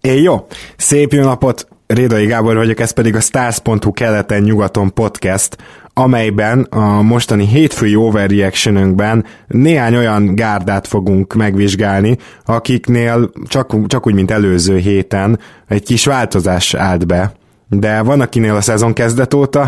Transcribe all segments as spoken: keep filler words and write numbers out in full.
É, jó, szép jó napot, Rédai Gábor vagyok, ez pedig a Stars pont hu keleten-nyugaton podcast, amelyben a mostani hétfői overreactionünkben néhány olyan gárdát fogunk megvizsgálni, akiknél csak, csak úgy, mint előző héten egy kis változás állt be. De van, akinél a szezon kezdet óta,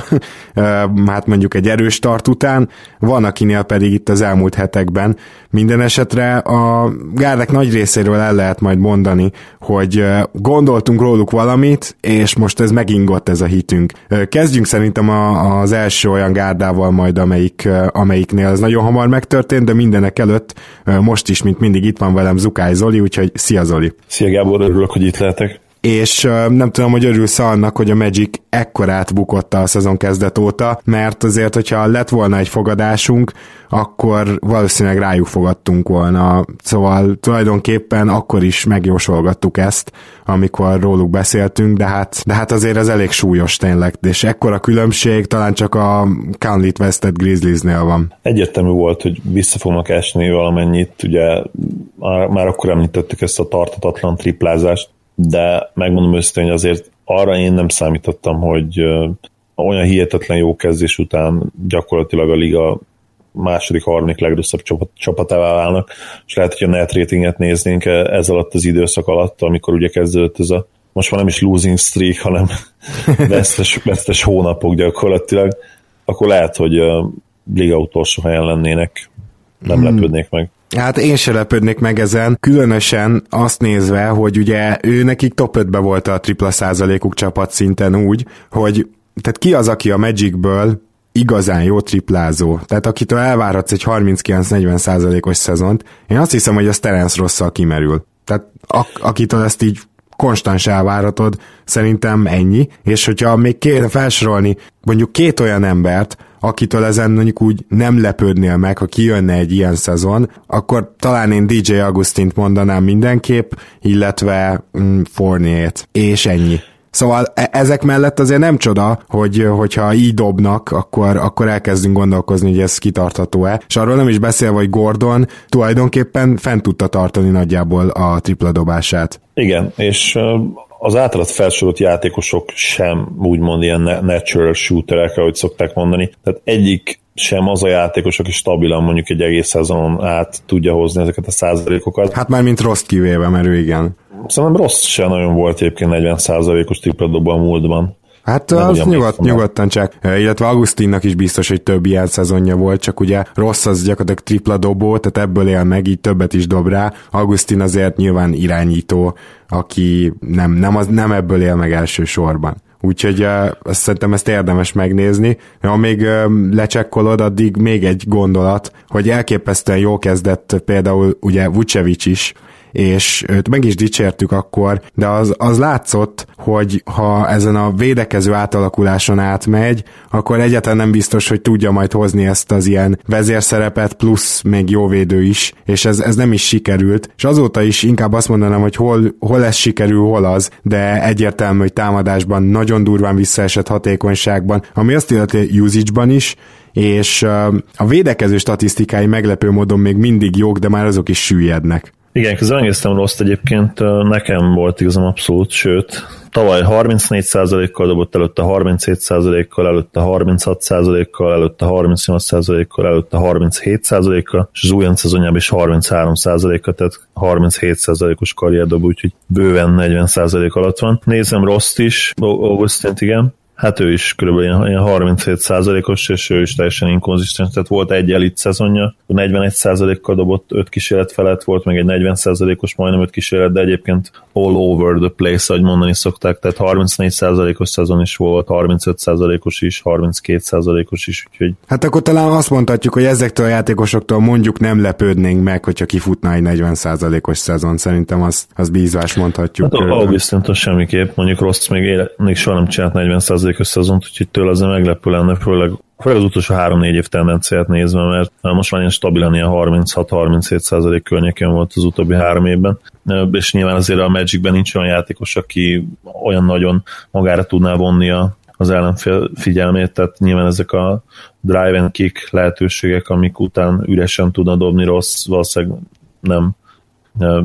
hát mondjuk egy erős start után, van, akinél pedig itt az elmúlt hetekben. Minden esetre a gárdák nagy részéről el lehet majd mondani, hogy gondoltunk róluk valamit, és most ez megingott ez a hitünk. Kezdjünk szerintem a, az első olyan gárdával majd, amelyik, amelyiknél ez nagyon hamar megtörtént, de mindenek előtt most is, mint mindig itt van velem Zukály Zoli, úgyhogy szia Zoli! Szia Gábor, örülök, hogy itt lehetek. És uh, nem tudom, hogy örülsz annak, hogy a Magic ekkorát bukott a szezon kezdet óta, mert azért, hogyha lett volna egy fogadásunk, akkor valószínűleg rájuk fogadtunk volna. Szóval tulajdonképpen akkor is megjósolgattuk ezt, amikor róluk beszéltünk, de hát, de hát azért ez elég súlyos tényleg, és ekkora különbség talán csak a Conley-t vesztett Grizzliesnél van. Egyértelmű volt, hogy vissza fognak esni valamennyit, ugye már, már akkor említettük ezt a tartatatlan triplázást, de megmondom őszintén, hogy azért arra én nem számítottam, hogy olyan hihetetlen jó kezdés után gyakorlatilag a liga második, harmadik legrosszabb csapatává válnak, és lehet, hogy a net ratinget néznénk ez alatt az időszak alatt, amikor ugye kezdődött ez a, most már nem is losing streak, hanem vesztes, vesztes hónapok gyakorlatilag, akkor lehet, hogy a liga utolsó helyen lennének, nem hmm. lepődnék meg. Hát én se lepődnék meg ezen, különösen azt nézve, hogy ugye ő nekik top ötbe volt a tripla százalékuk csapat szinten úgy, hogy tehát ki az, aki a Magicből igazán jó triplázó, tehát akitől elvárhatsz egy harminckilenc-negyven százalékos szezont, én azt hiszem, hogy az Terence Rosszal kimerül. Tehát ak- akitől ezt így konstans elvárhatod, szerintem ennyi, és hogyha még kéne felsorolni mondjuk két olyan embert, akitől ezen mondjuk úgy nem lepődnél meg, ha kijönne egy ilyen szezon, akkor talán én dé dzsé Augustint mondanám mindenképp, illetve mm, Fournier-t, és ennyi. Szóval ezek mellett azért nem csoda, hogy, hogyha így dobnak, akkor, akkor elkezdünk gondolkozni, hogy ez kitartható-e. És arról nem is beszélve, hogy Gordon tulajdonképpen fent tudta tartani nagyjából a tripla dobását. Igen, és az általad felsorolt játékosok sem úgymond ilyen natural shooterek, ahogy szokták mondani. Tehát egyik sem az a játékos, aki stabilan mondjuk egy egész szezonon át tudja hozni ezeket a százalékokat. Hát már mint Rost kivéve, mert ő igen. Szerintem Rost sem nagyon volt egyébként negyven százalékos tripladobó a múltban. Hát nem az nyugodt, nyugodtan csak, illetve Augustinnak is biztos, hogy több ilyen szezonja volt, csak ugye Ross az gyakorlatilag tripla dobó, tehát ebből él meg, így többet is dob rá. Augustin azért nyilván irányító, aki nem, nem, az, nem ebből él meg elsősorban. Úgyhogy uh, azt szerintem ezt érdemes megnézni. Ha még uh, lecsekkolod, addig még egy gondolat, hogy elképesztően jól kezdett például ugye Vucevic is, és őt meg is dicsértük akkor, de az, az látszott, hogy ha ezen a védekező átalakuláson átmegy, akkor egyáltalán nem biztos, hogy tudja majd hozni ezt az ilyen vezérszerepet, plusz még jó védő is, és ez, ez nem is sikerült, és azóta is inkább azt mondanám, hogy hol, hol ez sikerül, hol az, de egyértelmű, hogy támadásban nagyon durván visszaesett hatékonyságban, ami azt illeti usage-ban is, és a védekező statisztikái meglepő módon még mindig jók, de már azok is süllyednek. Igen, közben megnéztem Rost egyébként, nekem volt igazam abszolút, sőt, tavaly harmincnégy százalékkal dobott, előtte harminchét százalékkal, előtte harminchat százalékkal, előtte harmincnyolc százalékkal, előtte harminchét százalékkal, és az újonc szezonjában is harminchárom százalékkal, tehát harminchét százalékos karrierdobó, úgyhogy bőven negyven százalék alatt van. Nézem Rost is, Augustint, igen. Hát ő is körülbelül ilyen harminchét százalékos, és ő is teljesen inkonzisztens, tehát volt egy elit szezonja, negyvenegy százalékkal dobott, öt kísérlet felett volt, meg egy negyven százalékos, majdnem öt kísérlet, de egyébként all over the place, ahogy mondani szokták, tehát harmincnégy százalékos szezon is volt, harmincöt százalékos is, harminckét százalékos is, úgyhogy... Hát akkor talán azt mondhatjuk, hogy ezektől a játékosoktól mondjuk nem lepődnénk meg, hogyha kifutná egy negyven százalékos szezon, szerintem az, az bízvás mondhatjuk. Hát Augustintól semmiképp, mondjuk Rost még, éle, még soha nem csinált negyven százalékos szezont, úgyhogy tőle azért meglepő lenne, főleg, főleg az utolsó három-négy év tendenciát nézve, mert most már ilyen stabilan ilyen harminchat-harminchét százalék környékén volt az utóbbi három évben, és nyilván azért a Magicben nincs olyan játékos, aki olyan nagyon magára tudná vonni a, az ellenfél figyelmét, tehát nyilván ezek a drive and kick lehetőségek, amik után üresen tudna dobni Ross, valószínűleg nem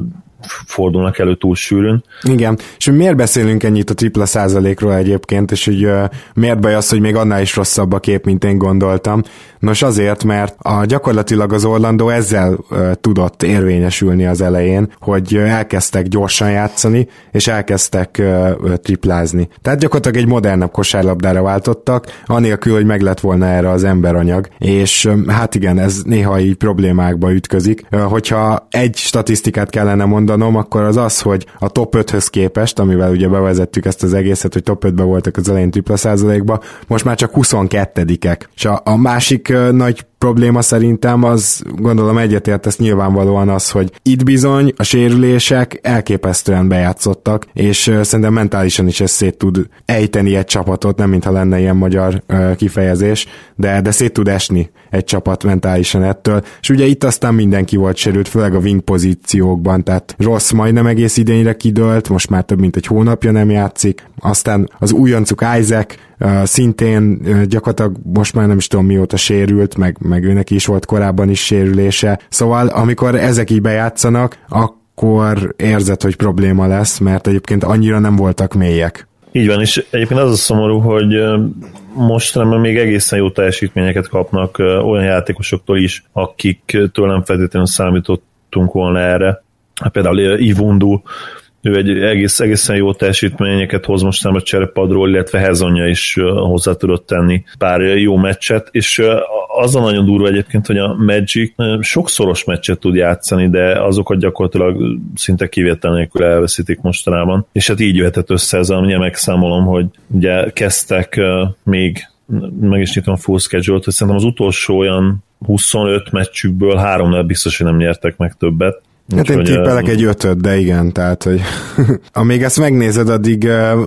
fordulnak elő túl sűrűn. Igen, és miért beszélünk ennyit a tripla százalékról egyébként, és hogy uh, miért baj az, hogy még annál is rosszabb a kép, mint én gondoltam? Nos azért, mert a, gyakorlatilag az Orlando ezzel uh, tudott érvényesülni az elején, hogy uh, elkezdtek gyorsan játszani, és elkezdtek uh, uh, triplázni. Tehát gyakorlatilag egy modernebb kosárlabdára váltottak, anélkül, hogy meg lett volna erre az emberanyag, és um, hát igen, ez néha így problémákba ütközik. Uh, hogyha egy statisztikát kellene mondanom, akkor az az, hogy a top öthöz képest, amivel ugye bevezettük ezt az egészet, hogy top ötbe voltak az elején tripla százalékba, most már csak huszonkettedikek. És a, a másik uh, nagy probléma szerintem az, gondolom egyetértesz nyilvánvalóan az, hogy itt bizony a sérülések elképesztően bejátszottak, és uh, szerintem mentálisan is ez szét tud ejteni egy csapatot, nem mintha lenne ilyen magyar uh, kifejezés, de, de szét tud esni egy csapat mentálisan ettől, és ugye itt aztán mindenki volt sérült, főleg a wing pozíciókban, tehát Ross majdnem egész idényre kidőlt, most már több mint egy hónapja nem játszik, aztán az újoncuk Isaac uh, szintén uh, gyakorlatilag most már nem is tudom mióta sérült, meg, meg őnek is volt korábban is sérülése, szóval amikor ezek így bejátszanak, akkor érzed, hogy probléma lesz, mert egyébként annyira nem voltak mélyek. Így van, és egyébként az a szomorú, hogy mostanában még egészen jó teljesítményeket kapnak olyan játékosoktól is, akiktől nem feltétlenül számítottunk volna erre. Például Ivundu, ő egy egész, egészen jó teljesítményeket hoz mostanában a cserepadról, illetve Hezonja is hozzá tudott tenni pár jó meccset, és az a nagyon durva egyébként, hogy a Magic sokszoros meccset tud játszani, de azokat gyakorlatilag szinte kivétel nélkül elveszítik mostanában, és hát így jöhetett össze ez, ugye megszámolom, hogy ugye kezdtek még, meg is nyitom full schedule-t, hogy szerintem az utolsó olyan huszonöt meccsükből háromnál biztos, hogy nem nyertek meg többet. Hát én tippelek egy ötöt, de igen, tehát, hogy amíg ezt megnézed, addig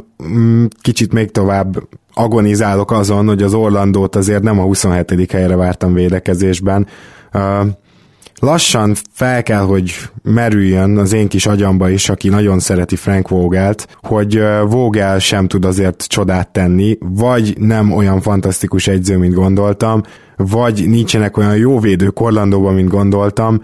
uh, kicsit még tovább agonizálok azon, hogy az Orlandót azért nem a huszonhetedik helyre vártam védekezésben. Uh, lassan fel kell, hogy merüljön az én kis agyamba is, aki nagyon szereti Frank Vogelt, hogy uh, Vogel sem tud azért csodát tenni, vagy nem olyan fantasztikus edző, mint gondoltam, vagy nincsenek olyan jó védők Orlandóban, mint gondoltam,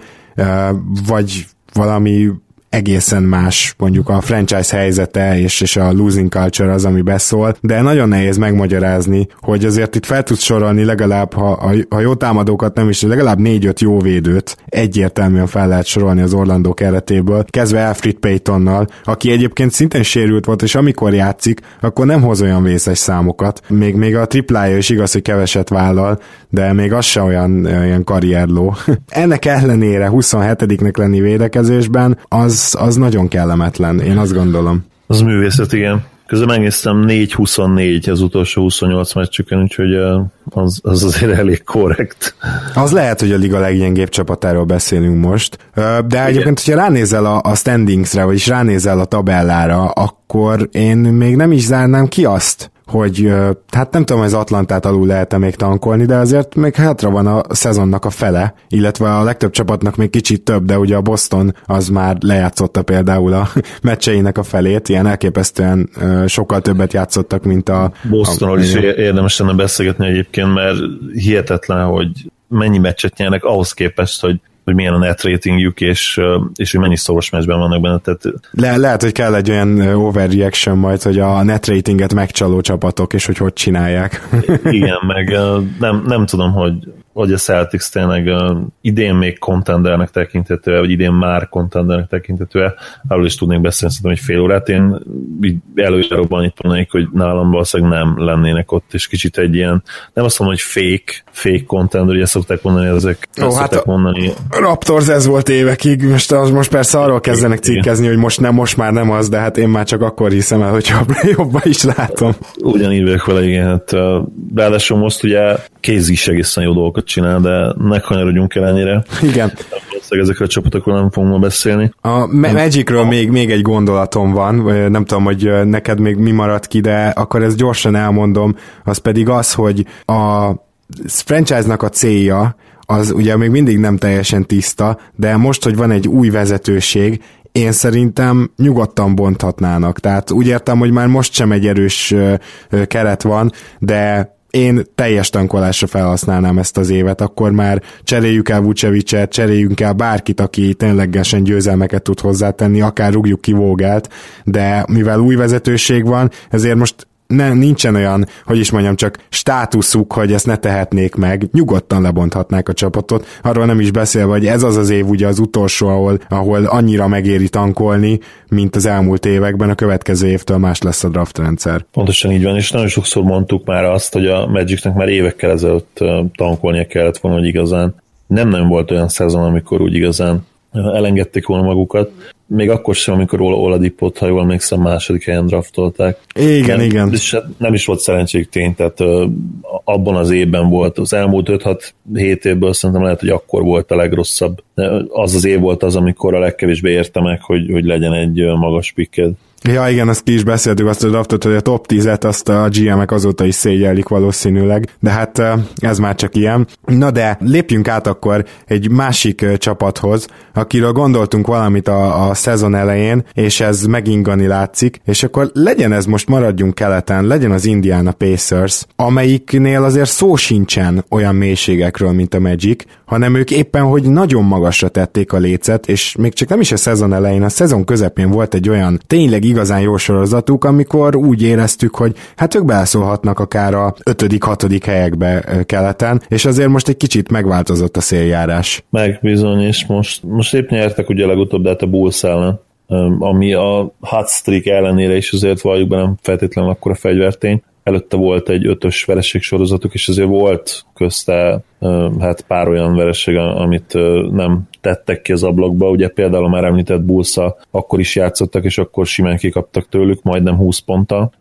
vagy valami egészen más, mondjuk a franchise helyzete és, és a losing culture az, ami beszól, de nagyon nehéz megmagyarázni, hogy azért itt fel tudsz sorolni legalább, ha, ha jó támadókat nem is, legalább négy-öt jó védőt egyértelműen fel lehet sorolni az Orlando keretéből, kezdve Elfrid Paytonnal, aki egyébként szintén sérült volt, és amikor játszik, akkor nem hoz olyan vészes számokat. Még, még a triplája is igaz, hogy keveset vállal, de még az se olyan, olyan karrierló. Ennek ellenére huszonhetediknek lenni védekezésben, az az nagyon kellemetlen, én azt gondolom. Az művészet, igen. Közben megnéztem négy huszonnégy az utolsó huszonnyolc meccsükön, úgyhogy az, az azért elég korrekt. Az lehet, hogy a liga leggyengébb csapatáról beszélünk most, de igen. Egyébként, hogyha ránézel a, a standingsre, vagyis ránézel a tabellára, akkor én még nem is zárnám ki azt, hogy hát nem tudom, hogy az Atlantát alul lehet-e még tankolni, de azért még hátra van a szezonnak a fele, illetve a legtöbb csapatnak még kicsit több, de ugye a Boston az már lejátszotta például a meccseinek a felét, ilyen elképesztően sokkal többet játszottak, mint a... Bostonról is érdemes lenne beszélgetni egyébként, mert hihetetlen, hogy mennyi meccset nyernek ahhoz képest, hogy hogy milyen a net ratingjük, és, és hogy mennyi szoros meccsben vannak benne. Tehát... Le, lehet, hogy kell egy olyan overreaction majd, hogy a net ratinget megcsaló csapatok, és hogy hogy csinálják. Igen, meg nem, nem tudom, hogy, hogy a Celtics tényleg idén még contendernek tekintető, vagy idén már contendernek tekintető, arról is tudnék beszélni szerintem egy fél órát. Én előjáróban itt mondanék, hogy nálam valószínűleg nem lennének ott, és kicsit egy ilyen, nem azt mondom, hogy fake, fake contender, ugye szokták mondani, ezek Ó, hát szokták a... mondani. Raptors ez volt évekig, most, most persze arról kezdenek cikkezni, hogy most, nem, most már nem az, de hát én már csak akkor hiszem el, hogyha jobban is látom. Ugyanígy vagyok vele, igen. Hát, ráadásul most ugye Casey is egészen jó dolgokat csinál, de ne kanyarodjunk el ennyire. Igen. Ezekről a csapatokról nem fogunk ma beszélni. A Magicről még, még egy gondolatom van, nem tudom, hogy neked még mi maradt ki, de akkor ezt gyorsan elmondom, az pedig az, hogy a franchise-nak a célja az ugye még mindig nem teljesen tiszta, de most, hogy van egy új vezetőség, én szerintem nyugodtan bonthatnának. Tehát úgy értem, hogy már most sem egy erős keret van, de én teljes tankolásra felhasználnám ezt az évet, akkor már cseréljük el Vucevicet, cseréljünk el bárkit, aki ténylegesen győzelmeket tud hozzátenni, akár rúgjuk ki Vogelt, de mivel új vezetőség van, ezért most ne, nincsen olyan, hogy is mondjam, csak státuszuk, hogy ezt ne tehetnék meg, nyugodtan lebonthatnák a csapatot, arról nem is beszélve, hogy ez az az év ugye az utolsó, ahol, ahol annyira megéri tankolni, mint az elmúlt években, a következő évtől más lesz a draftrendszer. Pontosan így van, és nagyon sokszor mondtuk már azt, hogy a Magicnek már évekkel ezelőtt tankolnia kellett volna, hogy igazán nem nagyon volt olyan szezon, amikor úgy igazán elengedték volna magukat. Még akkor sem, amikor Oladipot, ha jól emlékszem, második helyen draftolták. Igen, nem, igen. És nem is volt szerencséjük tény, tehát uh, abban az évben volt. Az elmúlt öt-hat-hét évből szerintem lehet, hogy akkor volt a legrosszabb. Az az év volt az, amikor a legkevésbé érte meg, hogy, hogy legyen egy magas picked. Ja, igen, azt ki is beszéltük azt a draftot, hogy a top tízet azt a gé emek azóta is szégyellik valószínűleg, de hát ez már csak ilyen. Na de lépjünk át akkor egy másik csapathoz, akiről gondoltunk valamit a, a szezon elején, és ez megingani látszik, és akkor legyen ez, most maradjunk keleten, legyen az Indiana Pacers, amelyiknél azért szó sincsen olyan mélységekről, mint a Magic, hanem ők éppen, hogy nagyon magasra tették a lécet, és még csak nem is a szezon elején, a szezon közepén volt egy olyan tényleg igazán jó sorozatuk, amikor úgy éreztük, hogy hát ők beleszólhatnak akár a ötödik, hatodik helyekbe keleten, és azért most egy kicsit megváltozott a széljárás. Meg bizony, és most, most épp nyertek ugye legutóbb, de hát a Bulls ellen, ami a hot streak ellenére is azért valljuk be nem feltétlenül akkora fegyvertény. Előtte volt egy ötös vereség sorozatuk, és azért volt közte hát pár olyan vereség, amit nem tettek ki az ablakba. Ugye például a már említett Bulls-szal akkor is játszottak, és akkor simán kikaptak tőlük, majdnem húsz ponttal,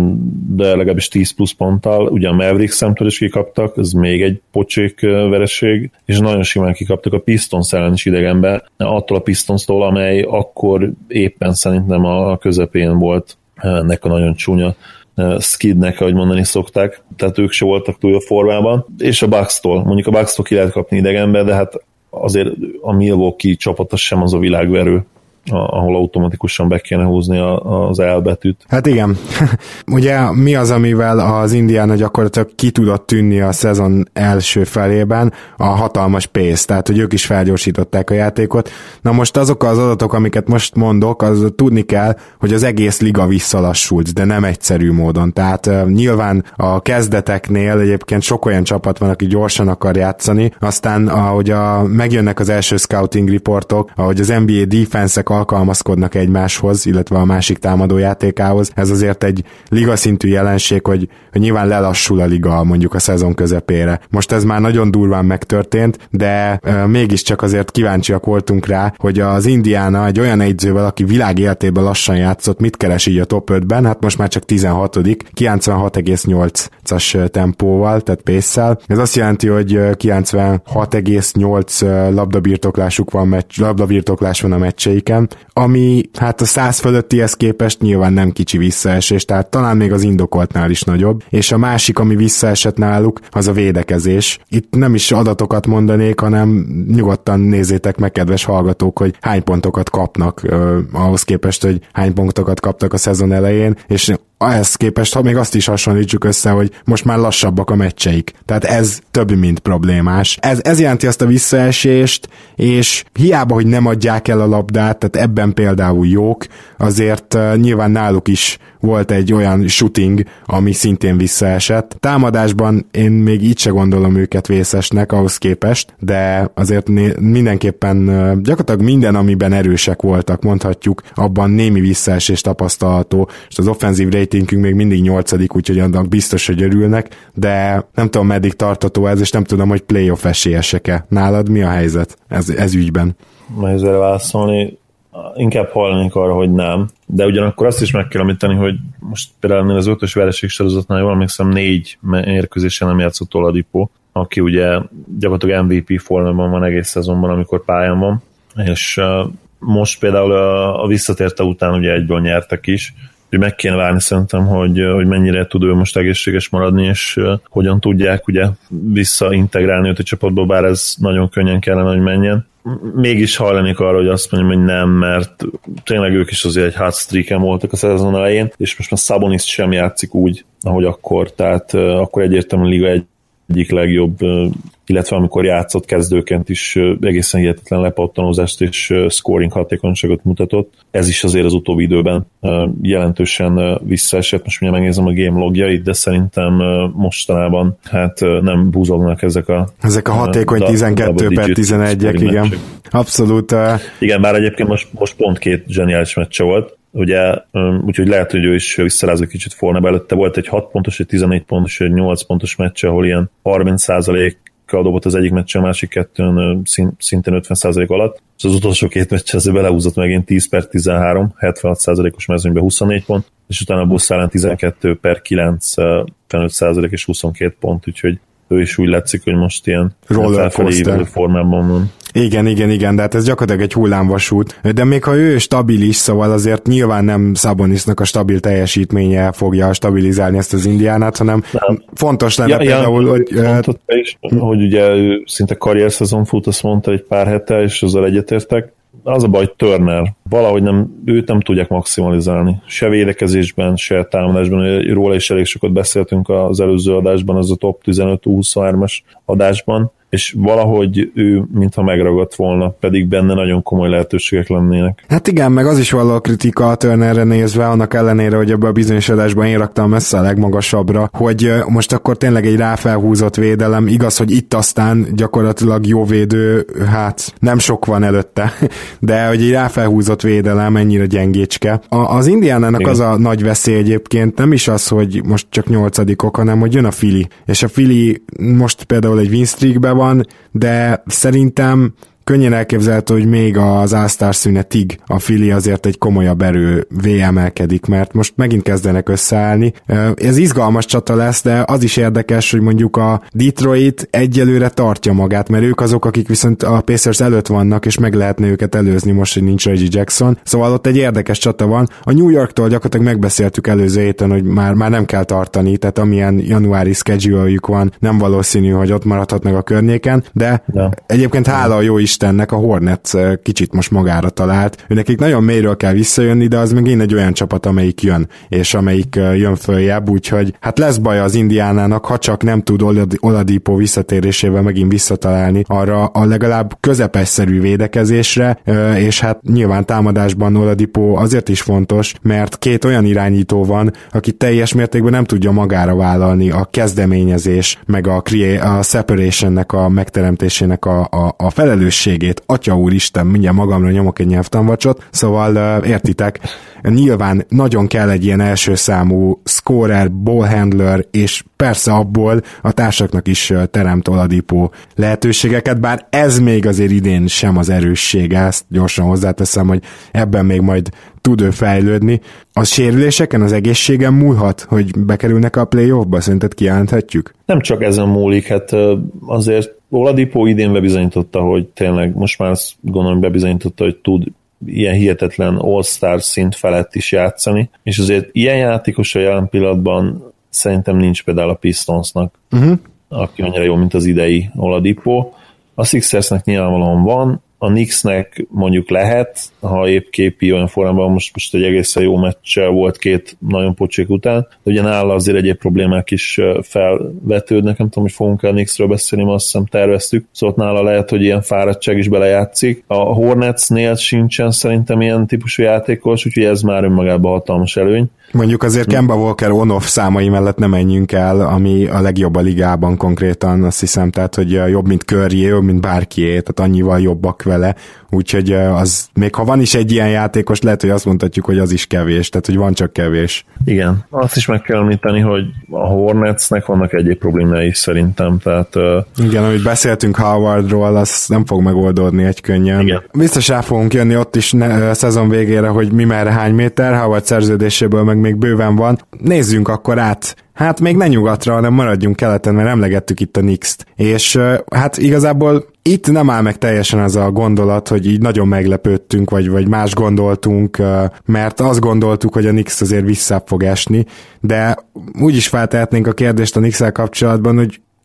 de legalábbis tíz plusz ponttal. Ugye a Mavericks szemtől is kikaptak, ez még egy pocsék vereség, és nagyon simán kikaptak a Pistons ellen is idegenben, attól a Pistonstól, amely akkor éppen szerintem a közepén volt ennek a nagyon csúnya skidnek, ahogy mondani szokták, tehát ők se voltak túl a formában, és a Bucks-tól, mondjuk a Bucks-tól ki lehet kapni idegenbe, de hát azért a Milwaukee csapata sem az a világverő, ahol automatikusan be kéne húzni az elbetűt. Hát igen. Ugye mi az, amivel az Indiana gyakorlatilag ki tudott tűnni a szezon első felében? A hatalmas pace, tehát hogy ők is felgyorsították a játékot. Na most azok az adatok, amiket most mondok, az tudni kell, hogy az egész liga visszalassult, de nem egyszerű módon. Tehát uh, nyilván a kezdeteknél egyébként sok olyan csapat van, aki gyorsan akar játszani, aztán ahogy a, megjönnek az első scouting reportok, ahogy az en bé á defense-ek alkalmazkodnak egymáshoz, illetve a másik támadó játékához. Ez azért egy ligaszintű jelenség, hogy, hogy nyilván lelassul a liga mondjuk a szezon közepére. Most ez már nagyon durván megtörtént, de e, mégiscsak azért kíváncsiak voltunk rá, hogy az Indiana egy olyan edzővel, aki világ életében lassan játszott, mit keres így a top ötben, hát most már csak tizenhatodik, kilencvenhat egész nyolcas tempóval, tehát pace-szel. Ez azt jelenti, hogy kilencvenhat egész nyolc labdabirtoklásuk van, meccs, labdabirtoklás van a meccseiken, ami hát a száz fölöttihez képest nyilván nem kicsi visszaesés, tehát talán még az indokoltnál is nagyobb, és a másik, ami visszaesett náluk, az a védekezés. Itt nem is adatokat mondanék, hanem nyugodtan nézzétek meg, kedves hallgatók, hogy hány pontokat kapnak eh, ahhoz képest, hogy hány pontokat kaptak a szezon elején, és ehhez képest, ha még azt is hasonlítsuk össze, hogy most már lassabbak a meccseik. Tehát ez több, mint problémás. Ez, ez jelenti azt a visszaesést, és hiába, hogy nem adják el a labdát, tehát ebben például jók, azért uh, nyilván náluk is volt egy olyan shooting, ami szintén visszaesett. Támadásban én még így se gondolom őket vészesnek ahhoz képest, de azért né- mindenképpen uh, gyakorlatilag minden, amiben erősek voltak, mondhatjuk, abban némi visszaesés tapasztalható, és az offenzív ratingünk még mindig nyolcadik, úgyhogy annak biztos, hogy örülnek, de nem tudom, meddig tartató ez, és nem tudom, hogy playoff esélyesek-e. Nálad mi a helyzet ez, ez ügyben? Majd ezzel válaszolni, inkább hallanék arra, hogy nem, de ugyanakkor azt is meg kell említeni, hogy most például az ötös vereség sorozatnál jól emlékszem, négy mérkőzésen nem játszott Oladipo, aki ugye gyakorlatilag em vé pé formában van egész szezonban, amikor pályán van, és most például a, a visszatérte után ugye egyből nyertek is, hogy meg kéne várni szerintem, hogy, hogy mennyire tud ő most egészséges maradni, és uh, hogyan tudják ugye visszaintegrálni őt a csapatba, bár ez nagyon könnyen kellene, hogy menjen. mégis hajlanék arra, hogy azt mondjam, hogy nem, mert tényleg ők is azért egy hot streaken voltak a szezon elején, és most már Sabonis sem játszik úgy, ahogy akkor, tehát akkor egyértelműen liga egy egyik legjobb, illetve amikor játszott kezdőként is egészen hihetetlen lepattanózást és scoring hatékonyságot mutatott. Ez is azért az utóbbi időben jelentősen visszaesett. Most mindjárt megnézem a game logjait, de szerintem mostanában hát nem búzognak ezek a... Ezek a hatékony tizenkettő per tizenegyek, igen. Meccsek. Abszolút. Uh... Igen, bár egyébként most, most pont két zseniális meccse volt, ugye, úgyhogy lehet, hogy ő is visszaráz egy kicsit formába. Előtte volt egy hat pontos, egy tizenegy pontos, egy nyolc pontos meccse, ahol ilyen harminc százalékkal dobott az egyik meccse, a másik kettőn szintén ötven százalék alatt. És az utolsó két meccse azért belehúzott megint tíz per tizenhárom, hetvenhat százalékos mezőnyben huszonnégy pont, és utána a Busz ellen tizenkettő per kilenc, hetvenöt százalék és huszonkét pont, úgyhogy ő is úgy látszik, hogy most ilyen felfelé formában van. Igen, igen, igen, de hát ez gyakorlatilag egy hullámvasút. De még ha ő stabilis, szóval azért nyilván nem Sabonisnak a stabil teljesítménye fogja stabilizálni ezt az Indiánát, hanem nem. Fontos lenne ja, például, ja, hogy... Mondtad te is, hogy ugye ő szinte karrierszezon fut, azt mondta egy pár hete, és azzal egyetértek. Az a baj, Turner, valahogy nem, őt nem tudják maximalizálni. Se védekezésben, se támadásban. Róla is elég sokat beszéltünk az előző adásban, az a top tizenöt huszonhármas adásban, és valahogy ő mintha megragadt volna, pedig benne nagyon komoly lehetőségek lennének. Hát igen, meg az is való kritika a Turnerre nézve, annak ellenére, hogy ebben a bizonyos adásban én raktam messze a legmagasabbra, hogy most akkor tényleg egy ráfelhúzott védelem, igaz, hogy itt aztán gyakorlatilag jó védő, hát nem sok van előtte, de hogy egy ráfelhúzott védelem ennyire gyengécske. A, az Indiánának igen. Az a nagy veszély egyébként nem is az, hogy most csak nyolcadikok, hanem hogy jön a Philly, és a Philly most például egy win streakben van, de szerintem könnyen elképzelhető, hogy még az All-Star szünetig a Philly azért egy komolyabb erővé emelkedik, mert most megint kezdenek összeállni. Ez izgalmas csata lesz, de az is érdekes, hogy mondjuk a Detroit egyelőre tartja magát, mert ők azok, akik viszont a Pacers előtt vannak, és meg lehetne őket előzni most, hogy nincs Reggie Jackson. Szóval ott egy érdekes csata van. A New Yorktól gyakorlatilag megbeszéltük előző héten, hogy már, már nem kell tartani, tehát amilyen januári schedule-jük van, nem valószínű, hogy ott maradhatnak a környéken, de ja. Egyébként hála a jó Istennek a Hornets kicsit most magára talált. Őnekik nagyon mélyről kell visszajönni, de az meg én egy olyan csapat, amelyik jön, és amelyik jön följebb, úgyhogy hát lesz baj az Indiánának, ha csak nem tud Oladipo visszatérésével megint visszatalálni arra a legalább közepesszerű védekezésre, és hát nyilván támadásban Oladipo azért is fontos, mert két olyan irányító van, aki teljes mértékben nem tudja magára vállalni a kezdeményezés, meg a, crea- a separationnek a megteremtésének a, a, a felelősségét. Atya úristen, mindjárt magamra nyomok egy nyelvtanvacsot, szóval uh, értitek, nyilván nagyon kell egy ilyen első számú scorer, ballhandler, és persze abból a társaknak is teremt Oladipo lehetőségeket, bár ez még azért idén sem az erőssége, ezt gyorsan hozzáteszem, hogy ebben még majd tud ő fejlődni. A sérüléseken, az egészségen múlhat, hogy bekerülnek a playoffba? Szerinted kijelenthetjük? Nem csak ezen múlik, hát azért Oladipo idén bebizonyította, hogy tényleg most már azt gondolom bebizonyította, hogy tud ilyen hihetetlen all-star szint felett is játszani, és azért ilyen játékos a jelen pillanatban szerintem nincs például a Pistonsnak, uh-huh. aki annyira jó, mint az idei Oladipo. A Sixersnek nyilvánvalóan van, a Knicksnek mondjuk lehet, ha épp képi olyan formában, most, most egy egészen jó meccse volt két nagyon pocsék után, de ugye nála azért egyéb problémák is felvetődnek, nem tudom, hogy fogunk el Knicksről beszélni, azt hiszem terveztük, szóval nála lehet, hogy ilyen fáradtság is belejátszik. A Hornetsnél sincsen szerintem ilyen típusú játékos, úgyhogy ez már önmagában hatalmas előny. Mondjuk azért Kemba Walker on-off számai mellett nem menjünk el, ami a legjobb a ligában konkrétan, azt hiszem, tehát, hogy jobb, mint Curryé, jobb, mint bárkié, tehát annyival jobbak vele, úgyhogy az, még ha van is egy ilyen játékos, lehet, hogy azt mondhatjuk, hogy az is kevés, tehát, hogy van csak kevés. Igen, azt is meg kell említeni, hogy a Hornetsnek vannak egyéb problémái is szerintem, tehát... Igen, amit beszéltünk Howardról, az nem fog megoldódni egy könnyen. Igen. Biztos rá fogunk jönni ott is ne, a szezon végére, hogy mi merre hány méter, Howard szerződéséből meg még bőven van. Nézzünk akkor át. Hát még ne nyugatra, hanem maradjunk keleten, mert emlegettük itt a Knicks-t. És hát igazából itt nem áll meg teljesen az a gondolat, hogy így nagyon meglepődtünk, vagy, vagy más gondoltunk, mert azt gondoltuk, hogy a Knicks azért vissza fog esni, de úgy is feltehetnénk a kérdést a Knicks-el kapcsolatban, hogy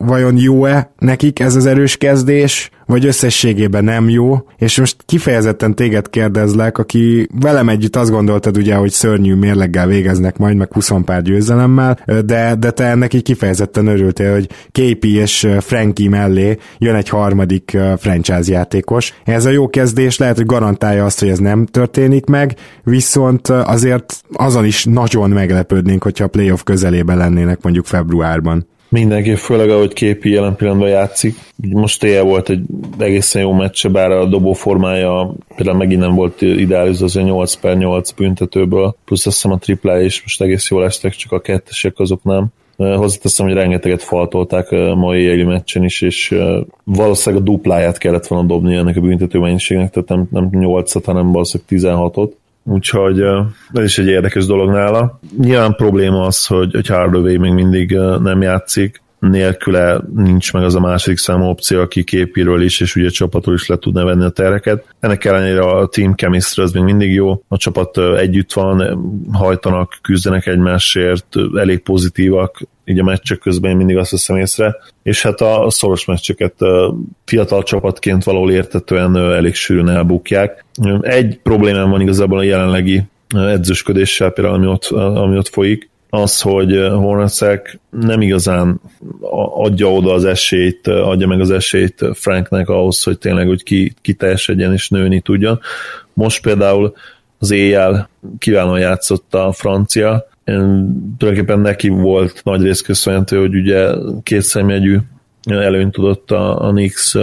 vajon jó-e nekik ez az erős kezdés, vagy összességében nem jó, és most kifejezetten téged kérdezlek, aki velem együtt azt gondoltad ugye, hogy szörnyű mérleggel végeznek majd, meg húsz pár győzelemmel, de, de te ennek így kifejezetten örültél, hogy ká pé és Frankie mellé jön egy harmadik franchise játékos. Ez a jó kezdés lehet, hogy garantálja azt, hogy ez nem történik meg, viszont azért azon is nagyon meglepődnénk, hogyha a playoff közelében lennének mondjuk februárban. Mindenki, főleg ahogy ká pé jelen pillanatban játszik. Most éjjel volt egy egészen jó meccse, bár a dobó formája például megint nem volt ideális, az a nyolc per nyolc büntetőből, plusz azt hiszem a triplá is most egész jól estek, csak a kettesek azok nem. Hozzáteszem, hogy rengeteget faltolták a mai éjjeli meccsen is, és valószínűleg a dupláját kellett volna dobni ennek a büntető mennyiségnek, tehát nem, nem nyolcat, hanem valószínűleg tizenhatot. Úgyhogy ez is egy érdekes dolog nála. Nyilván probléma az, hogy, hogy Hardaway még mindig nem játszik, nélküle nincs meg az a második számú opció, aki ká péről is, és ugye a csapatról is le tudna venni a tereket. Ennek ellenére a team chemistry az még mindig jó, a csapat együtt van, hajtanak, küzdenek egymásért, elég pozitívak, így a meccsek közben én mindig azt veszem észre, és hát a szoros meccseket fiatal csapatként valahol értetően elég sűrűn elbukják. Egy problémám van igazából a jelenlegi edzősködéssel, például ami ott, ami ott folyik, az, hogy Hornacek nem igazán adja oda az esélyt, adja meg az esélyt Franknek ahhoz, hogy tényleg hogy ki, kiteljesedjen és nőni tudjon. Most például az éjjel kiválóan játszott a francia, tulajdonképpen neki volt nagy rész köszönhető, hogy ugye két szemjegyű előnyt tudott a, a Knicks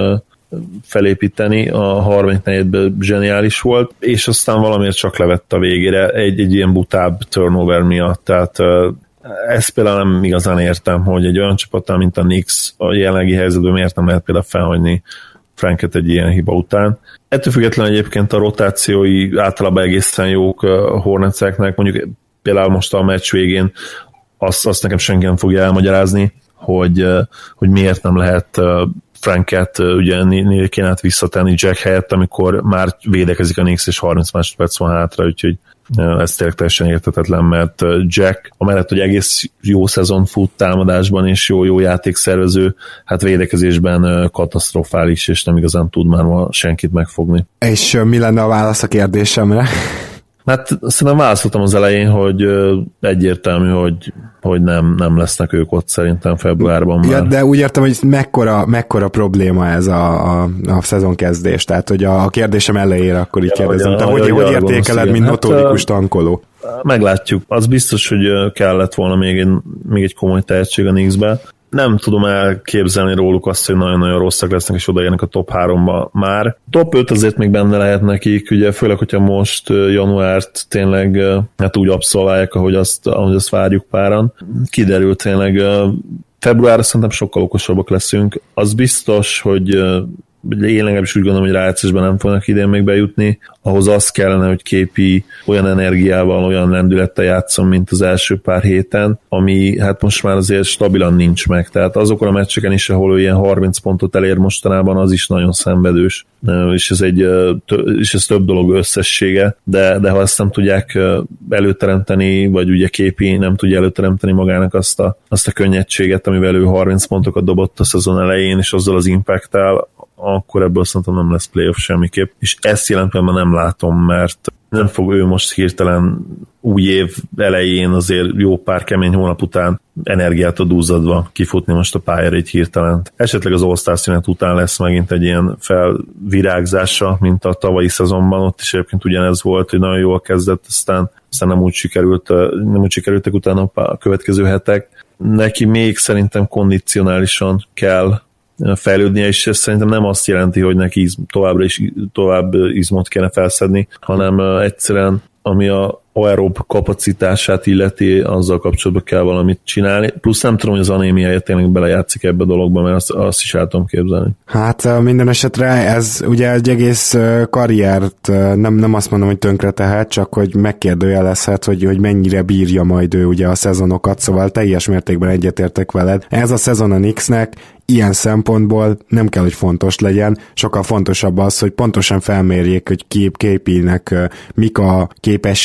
felépíteni, a harmadik negyedben zseniális volt, és aztán valamiért csak levett a végére egy, egy ilyen butább turnover miatt, tehát ezt például nem igazán értem, hogy egy olyan csapattal, mint a Knicks a jelenlegi helyzetben miért nem lehet például felhagyni Franket egy ilyen hiba után. Ettől függetlenül egyébként a rotációi általában egészen jók a Hornetseknek, mondjuk például most a meccs végén azt, azt nekem senki nem fogja elmagyarázni, hogy, hogy miért nem lehet Franket ugye kéne át visszatenni Jack helyett, amikor már védekezik a Knicks, és harminc másodperc van hátra, úgyhogy ez tényleg teljesen érthetetlen, mert Jack, amellett, hogy egész jó szezon fut támadásban, és jó-jó játékszervező, hát védekezésben katasztrofális, és nem igazán tud már ma senkit megfogni. És mi lenne a válasz a kérdésemre? Hát szerintem válaszoltam az elején, hogy egyértelmű, hogy, hogy nem, nem lesznek ők ott szerintem februárban már. Ja, de úgy értem, hogy mekkora, mekkora probléma ez a, a, a szezonkezdés, tehát hogy a, a kérdésem elejére akkor így ja, kérdezem. Te hogy, hogy értékeled, mint notórikus tankoló? Meglátjuk. Az biztos, hogy kellett volna még egy, még egy komoly tehetség a Knicksbe. Nem tudom elképzelni róluk azt, hogy nagyon-nagyon rosszak lesznek, és odaérnek a top háromba már. Top öt azért még benne lehet nekik, ugye főleg, hogyha most januárt tényleg hát úgy abszolválják, ahogy azt, ahogy azt várjuk páran. Kiderül tényleg, februárra szerintem sokkal okosabbak leszünk. Az biztos, hogy én legalábbis úgy gondolom, hogy rájátszásban nem fognak idén még bejutni, ahhoz az kellene, hogy ká pé olyan energiával, olyan lendülettel játszon, mint az első pár héten, ami hát most már azért stabilan nincs meg, tehát azokon a meccseken is, ahol ő ilyen harminc pontot elér mostanában, az is nagyon szenvedős, és ez, egy, és ez több dolog összessége, de, de ha ezt nem tudják előteremteni, vagy ugye ká pé nem tudja előteremteni magának azt a, azt a könnyedséget, amivel ő harminc pontokat dobott a szezon elején, és azzal az impacttel, akkor ebből szerintem nem lesz playoff semmiképp, és ezt jelentően nem látom, mert nem fog ő most hirtelen új év elején azért jó pár kemény hónap után energiát adúzzadva kifutni most a pályára egy hirtelen. Esetleg az All-Star szünet után lesz megint egy ilyen felvirágzása, mint a tavalyi szezonban, ott is egyébként ugyanez volt, hogy nagyon jól kezdett, aztán, aztán nem úgy sikerült, nem úgy sikerültek utána a következő hetek. Neki még szerintem kondicionálisan kell fejlődnie, és ez szerintem nem azt jelenti, hogy neki izm, továbbra is tovább izmot kéne felszedni, hanem egyszerűen ami a aerob kapacitását illeti, azzal kapcsolatban kell valamit csinálni. Plusz nem tudom, hogy az anémiája tényleg belejátszik ebbe a dologba, mert azt, azt is el tudom képzelni. Hát minden esetre ez ugye egy egész karriert, nem, nem azt mondom, hogy tönkre tehet, csak hogy megkérdőjelezhet, hogy, hogy mennyire bírja majd ő ugye a szezonokat, szóval teljes mértékben egyetértek veled. Ez a szezon a Knicksnek ilyen szempontból nem kell, hogy fontos legyen, sokkal fontosabb az, hogy pontosan felmérjék, hogy ká pének mik a képességei,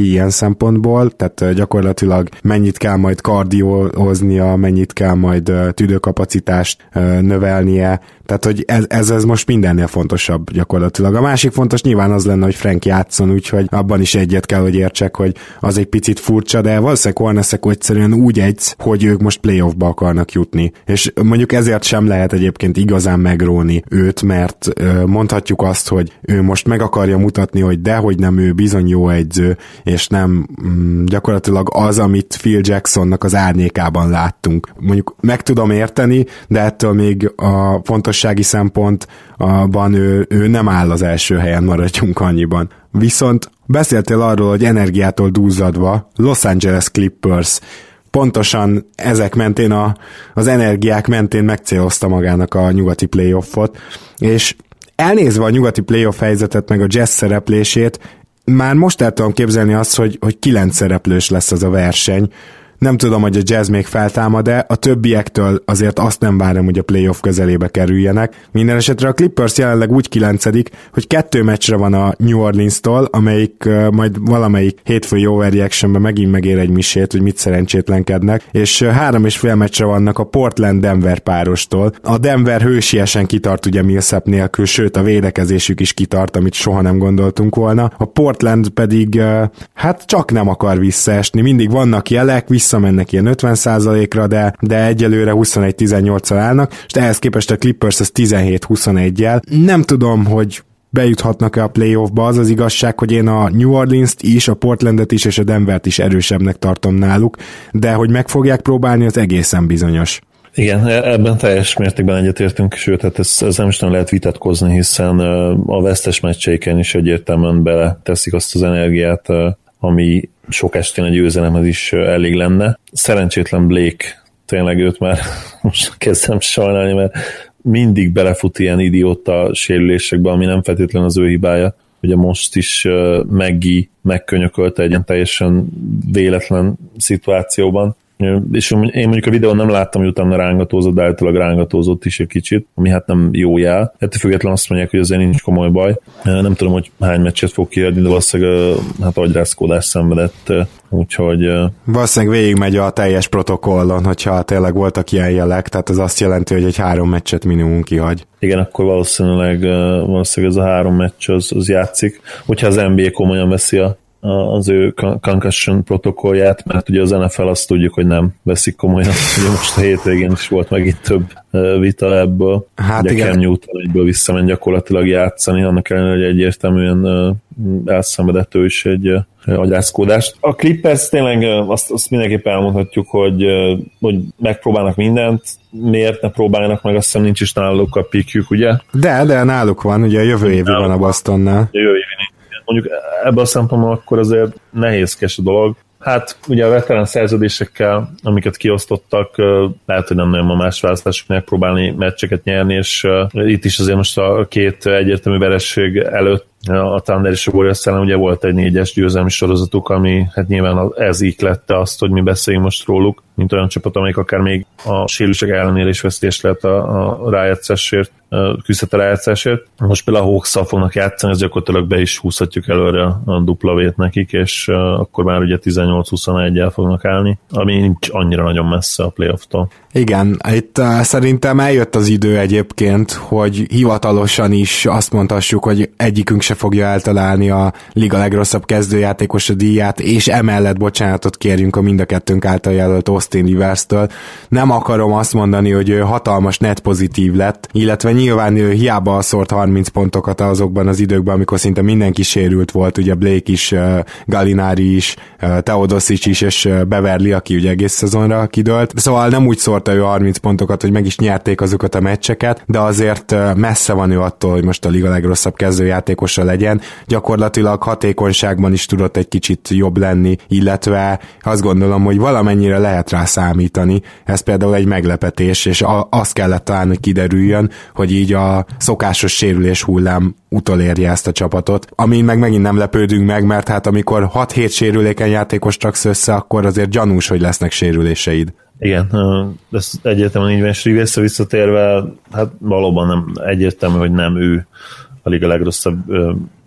ilyen szempontból, tehát gyakorlatilag mennyit kell majd kardióznia, mennyit kell majd tüdőkapacitást növelnie, tehát hogy ez, ez, ez most mindennél fontosabb gyakorlatilag. A másik fontos nyilván az lenne, hogy Frank játszon, úgyhogy abban is egyet kell, hogy értsek, hogy az egy picit furcsa, de valószínűleg Hornetsek egyszerűen úgy egysz, hogy ők most playoffba akarnak jutni. És mondjuk ezért sem lehet egyébként igazán megróni őt, mert mondhatjuk azt, hogy ő most meg akarja mutatni, hogy dehogy nem, ő bizony jó egyző, és nem mm, gyakorlatilag az, amit Phil Jacksonnak az árnyékában láttunk. Mondjuk meg tudom érteni, de ettől még a fontossági szempontban ő, ő nem áll az első helyen, maradjunk annyiban. Viszont beszéltél arról, hogy energiától duzzadva Los Angeles Clippers pontosan ezek mentén, a, az energiák mentén megcélozta magának a nyugati playoffot, és elnézve a nyugati playoff helyzetet, meg a Jazz szereplését, már most el tudom képzelni azt, hogy, hogy kilenc szereplős lesz az a verseny. Nem tudom, hogy a Jazz még feltámad-e, a többiektől azért azt nem várom, hogy a playoff közelébe kerüljenek. Minden esetre a Clippers jelenleg úgy kilencedik, hogy kettő meccsre van a New Orleans-tól, amelyik uh, majd valamelyik hétfői overreactionben megint megér egy misét, hogy mit szerencsétlenkednek, és uh, három és fél meccsre vannak a Portland-Denver párostól. A Denver hősiesen kitart ugye Millsap nélkül, sőt a védekezésük is kitart, amit soha nem gondoltunk volna. A Portland pedig uh, hát csak nem akar visszaesni, mindig vannak jelek, visszamennek ilyen ötven százalékra, de, de egyelőre huszonegy tizennyolccal állnak, és ehhez képest a Clippers az tizenhét huszonegyel. Nem tudom, hogy bejuthatnak-e a playoffba, az az igazság, hogy én a New Orleans-t is, a Portlandet is és a Denvert is erősebbnek tartom náluk, de hogy meg fogják próbálni, az egészen bizonyos. Igen, ebben teljes mértékben egyetértünk, sőt, hát ez, ez nem is nem lehet vitatkozni, hiszen a vesztes meccseiken is egyértelműen bele teszik azt az energiát, ami sok estén egy győzelemhez is elég lenne. Szerencsétlen Blake, tényleg őt már most kezdem sajnálni, mert mindig belefut ilyen idióta sérülésekbe, ami nem feltétlenül az ő hibája. Ugye most is Maggie megkönyökölte egy ilyen teljesen véletlen szituációban. És én mondjuk a videón nem láttam, hogy utána rángatózott, de általában rángatózott is egy kicsit, ami hát nem jó jel. Ettől függetlenül azt mondják, hogy azért nincs komoly baj. Nem tudom, hogy hány meccset fog kiadni, de valószínűleg hát agyrázkódás szenvedett, úgyhogy... Valószínűleg végigmegy a teljes protokollon, hogyha tényleg voltak ilyen jelek, tehát az azt jelenti, hogy egy három meccset minimum kihagy. Igen, akkor valószínűleg, valószínűleg ez a három meccs az, az játszik. Hogyha az en bé á komolyan veszi a az ő concussion protokollját, mert ugye az en ef el azt tudjuk, hogy nem veszik komolyan. Ugye most a hétvégén is volt megint több vita ebből. Hát ugye igen. Cam Newton egyből visszament gyakorlatilag játszani, annak ellenére, hogy egyértelműen elszenvedett ő is egy agyrázkódást. A Clippers tényleg azt, azt mindenképpen elmondhatjuk, hogy, hogy megpróbálnak mindent, miért ne próbálnak meg, azt hiszem nincs is náluk a pikjük, ugye? De, de náluk van, ugye a jövő évi van a Bostonnál. Jövő évi. Mondjuk ebből a szempontból akkor azért nehézkes a dolog. Hát ugye a veterán szerződésekkel, amiket kiosztottak, lehet, hogy nem nagyon ma más választások megpróbálni meccseket nyerni, és itt is azért most a két egyértelmű veresség előtt a Thunder és a Warriors ellen ugye volt egy négyes győzelmi sorozatuk, ami hát nyilván ez iklette azt, hogy mi beszéljünk most róluk, mint olyan csapat, amelyik akár még a sérülések ellenére is vesztés lehet a, a rájátszásért, küzdhet a rájátszásért. Most például a Hawks-szal fognak játszani, ez gyakorlatilag be is húzhatjuk előre a dupla vét nekik, és akkor már ugye tizennyolc huszonegyel fognak állni, ami nincs annyira nagyon messze a playoff-tól. Igen, itt uh, szerintem eljött az idő egyébként, hogy hivatalosan is azt mondhassuk, hogy egyikünk se fogja eltalálni a liga legrosszabb kezdőjátékos a díját, és emellett bocsánatot kérjünk a mind a kettőnk által jelölt Austin Rivers-től. Nem akarom azt mondani, hogy ő hatalmas net pozitív lett, illetve nyilván ő hiába szórt harminc pontokat azokban az időkben, amikor szinte mindenki sérült volt, ugye Blake is, uh, Gallinari is, uh, Teodosic is, és uh, Beverly, aki ugye egész szezonra kidőlt. Szóval nem úgy szórt ő harminc pontokat, hogy meg is nyerték azokat a meccseket, de azért messze van ő attól, hogy most a liga legrosszabb kezdőjátékosa legyen. Gyakorlatilag hatékonyságban is tudott egy kicsit jobb lenni, illetve azt gondolom, hogy valamennyire lehet rá számítani. Ez például egy meglepetés, és azt kellett talán, hogy kiderüljön, hogy így a szokásos sérülés hullám utolérje ezt a csapatot, amin meg megint nem lepődünk meg, mert hát amikor hat-hét sérülékeny játékos raksz össze, akkor azért gyanús, hogy lesznek sérüléseid. Igen, ez egyértelműen így van, és Rivers visszatérve, hát valóban nem egyértelmű, hogy nem ő a liga legrosszabb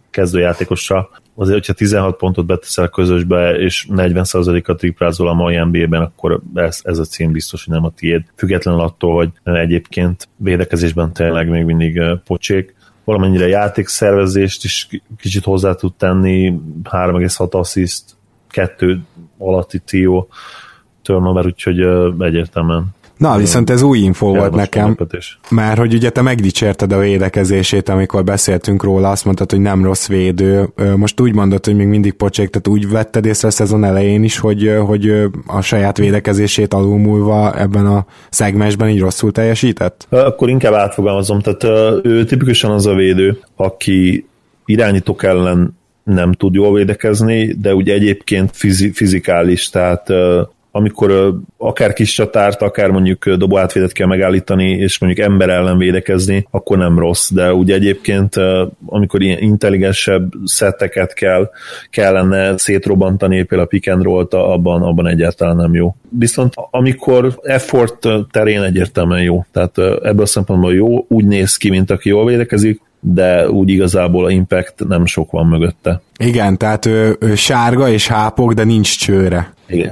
kezdőjátékosra. Azért, hogyha tizenhat pontot beteszel közösbe, és negyven százalékkal triplázol a mai en bé á-ben, akkor ez, ez a cím biztos, hogy nem a tiéd. Függetlenül attól, hogy egyébként védekezésben tényleg még mindig pocsék. Valamennyire játékszervezést is kicsit hozzá tud tenni, három egész hat assziszt, kettő alatti tió turnover, úgyhogy egyértelműen. Na, viszont ez új info volt nekem, mert hogy ugye te megdicsérted a védekezését, amikor beszéltünk róla, azt mondtad, hogy nem rossz védő. Most úgy mondod, hogy még mindig pocsék, tehát úgy vetted észre a szezon elején is, hogy, hogy a saját védekezését alulmúlva ebben a szegmensben így rosszul teljesített? Akkor inkább átfogalmazom, tehát ő tipikusan az a védő, aki irányítók ellen nem tud jól védekezni, de ugye egyébként fizikális, tehát amikor akár kis csatárt, akár mondjuk dobóátvédet kell megállítani, és mondjuk ember ellen védekezni, akkor nem rossz, de ugye egyébként amikor ilyen intelligensebb szetteket kell, kellene szétrobbantani, például a pick and roll-t, abban, abban egyáltalán nem jó. Viszont amikor effort terén egyértelműen jó, tehát ebből a szempontból jó, úgy néz ki, mint aki jól védekezik, de úgy igazából a impact nem sok van mögötte. Igen, tehát ő, ő sárga és hápog, de nincs csőre. Igen.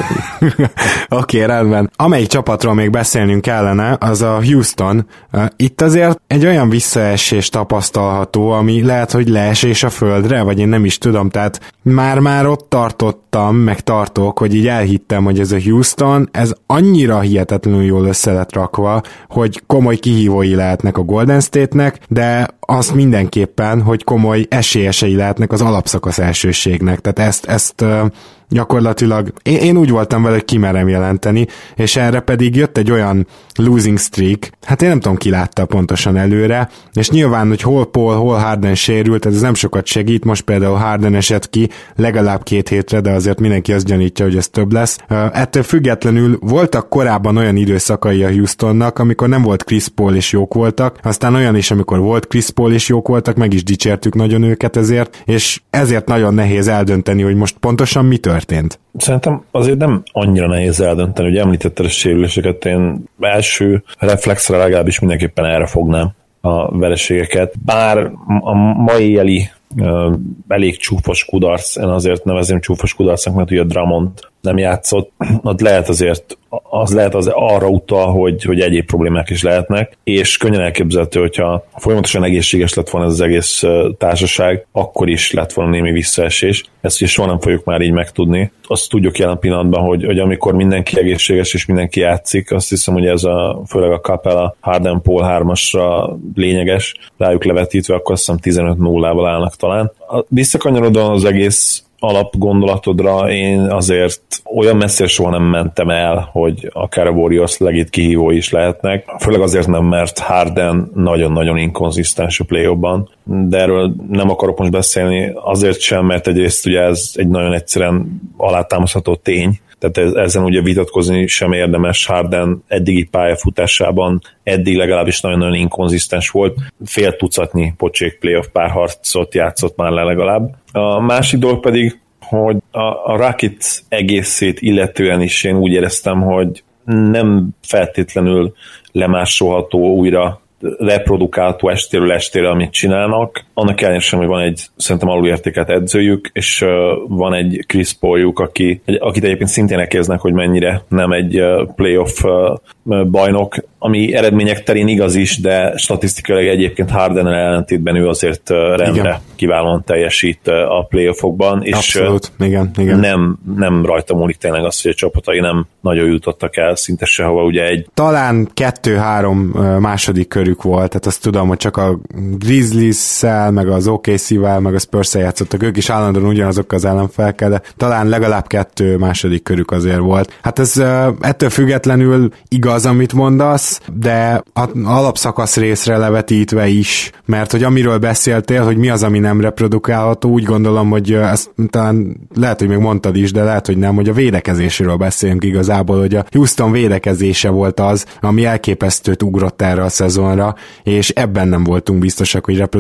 Oké, okay, rendben. Amelyik csapatról még beszélnünk kellene, az a Houston. Itt azért egy olyan visszaesés tapasztalható, ami lehet, hogy leesés a földre, vagy én nem is tudom, tehát már-már ott tartottam, meg tartok, hogy így elhittem, hogy ez a Houston, ez annyira hihetetlenül jól össze lett rakva, hogy komoly kihívói lehetnek a Golden State-nek, de azt mindenképpen, hogy komoly esélyesei lehetnek az alapszakasz elsőségnek. Tehát ezt, ezt gyakorlatilag én, én úgy voltam vele, hogy kimerem jelenteni, és erre pedig jött egy olyan losing streak, hát én nem tudom, ki látta pontosan előre, és nyilván, hogy hol Paul, hol Harden sérült, ez nem sokat segít, most például Harden esett ki legalább két hétre, de azért mindenki azt gyanítja, hogy ez több lesz. Ettől függetlenül voltak korábban olyan időszakai a Houstonnak, amikor nem volt Chris Paul és jók voltak, aztán olyan is, amikor volt Chris Paul és jók voltak, meg is dicsértük nagyon őket ezért, és ezért nagyon nehéz eldönteni, hogy most pontosan mi történt. Szerintem azért nem annyira nehéz eldönteni, hogy említetted a sérüléseket, én első reflexre legalábbis mindenképpen erre fognám a vereségeket. Bár a mai éjjeli uh, elég csúfos kudarc, én azért nevezem csúfos kudarcnak, mert ugye a Drummond nem játszott, ott lehet azért, az lehet az arra utal, hogy, hogy egyéb problémák is lehetnek, és könnyen elképzelhető, hogyha folyamatosan egészséges lett volna ez az egész társaság, akkor is lett volna némi visszaesés. Ezt is soha nem fogjuk már így megtudni. Azt tudjuk jelen pillanatban, hogy, hogy amikor mindenki egészséges és mindenki játszik, azt hiszem, hogy ez a, főleg a Capella Harden Paul hármasra lényeges, rájuk levetítve, akkor azt hiszem tizenöt nullával állnak talán. Visszakanyarodva az egész alapgondolatodra én azért olyan messzire soha nem mentem el, hogy akár a Warriors legit kihívói is lehetnek. Főleg azért nem, mert Harden nagyon-nagyon inkonzisztens a play-offban, de erről nem akarok most beszélni, azért sem, mert egyrészt ugye ez egy nagyon egyszerűen alátámasztható tény, tehát ezen ugye vitatkozni sem érdemes. Harden eddigi pályafutásában eddig legalábbis nagyon-nagyon inkonzisztens volt, fél tucatnyi pocsék playoff párharcot játszott már le legalább. A másik dolog pedig, hogy a, a Rockets egészét illetően is én úgy éreztem, hogy nem feltétlenül lemásolható újra, reprodukálható estéről estére, amit csinálnak. Annak ellenére sem, hogy van egy szerintem alulértékelt edzőjük, és uh, van egy Chris Pauljuk, aki, egy, akit egyébként szintén elkéznek, hogy mennyire nem egy uh, playoff uh, bajnok, ami eredmények terén igaz is, de statisztikailag egyébként Hardennel ellentétben ő azért uh, rendre igen. kiválóan teljesít uh, a playoffokban, és abszolút, uh, igen, igen. Nem, nem rajta múlik tényleg az, hogy a csapatai nem nagyon jutottak el szinte sehova, ugye egy... Talán kettő-három uh, második körük volt, tehát azt tudom, hogy csak a Grizzlies-szel, meg az o ká cé-vel, meg a Spurs-szel játszottak, ők is állandóan ugyanazok az ellenfelekkel, de talán legalább kettő második körük azért volt. Hát ez uh, ettől függetlenül igaz, amit mondasz, de az alapszakasz részre levetítve is, mert hogy amiről beszéltél, hogy mi az, ami nem reprodukálható, úgy gondolom, hogy ezt talán lehet, hogy még mondtad is, de lehet, hogy nem, hogy a védekezésről beszélünk igazából, hogy a Houston védekezése volt az, ami elképesztőt ugrott erre a szezonra, és ebben nem voltunk biztosak, hogy reprodukálható,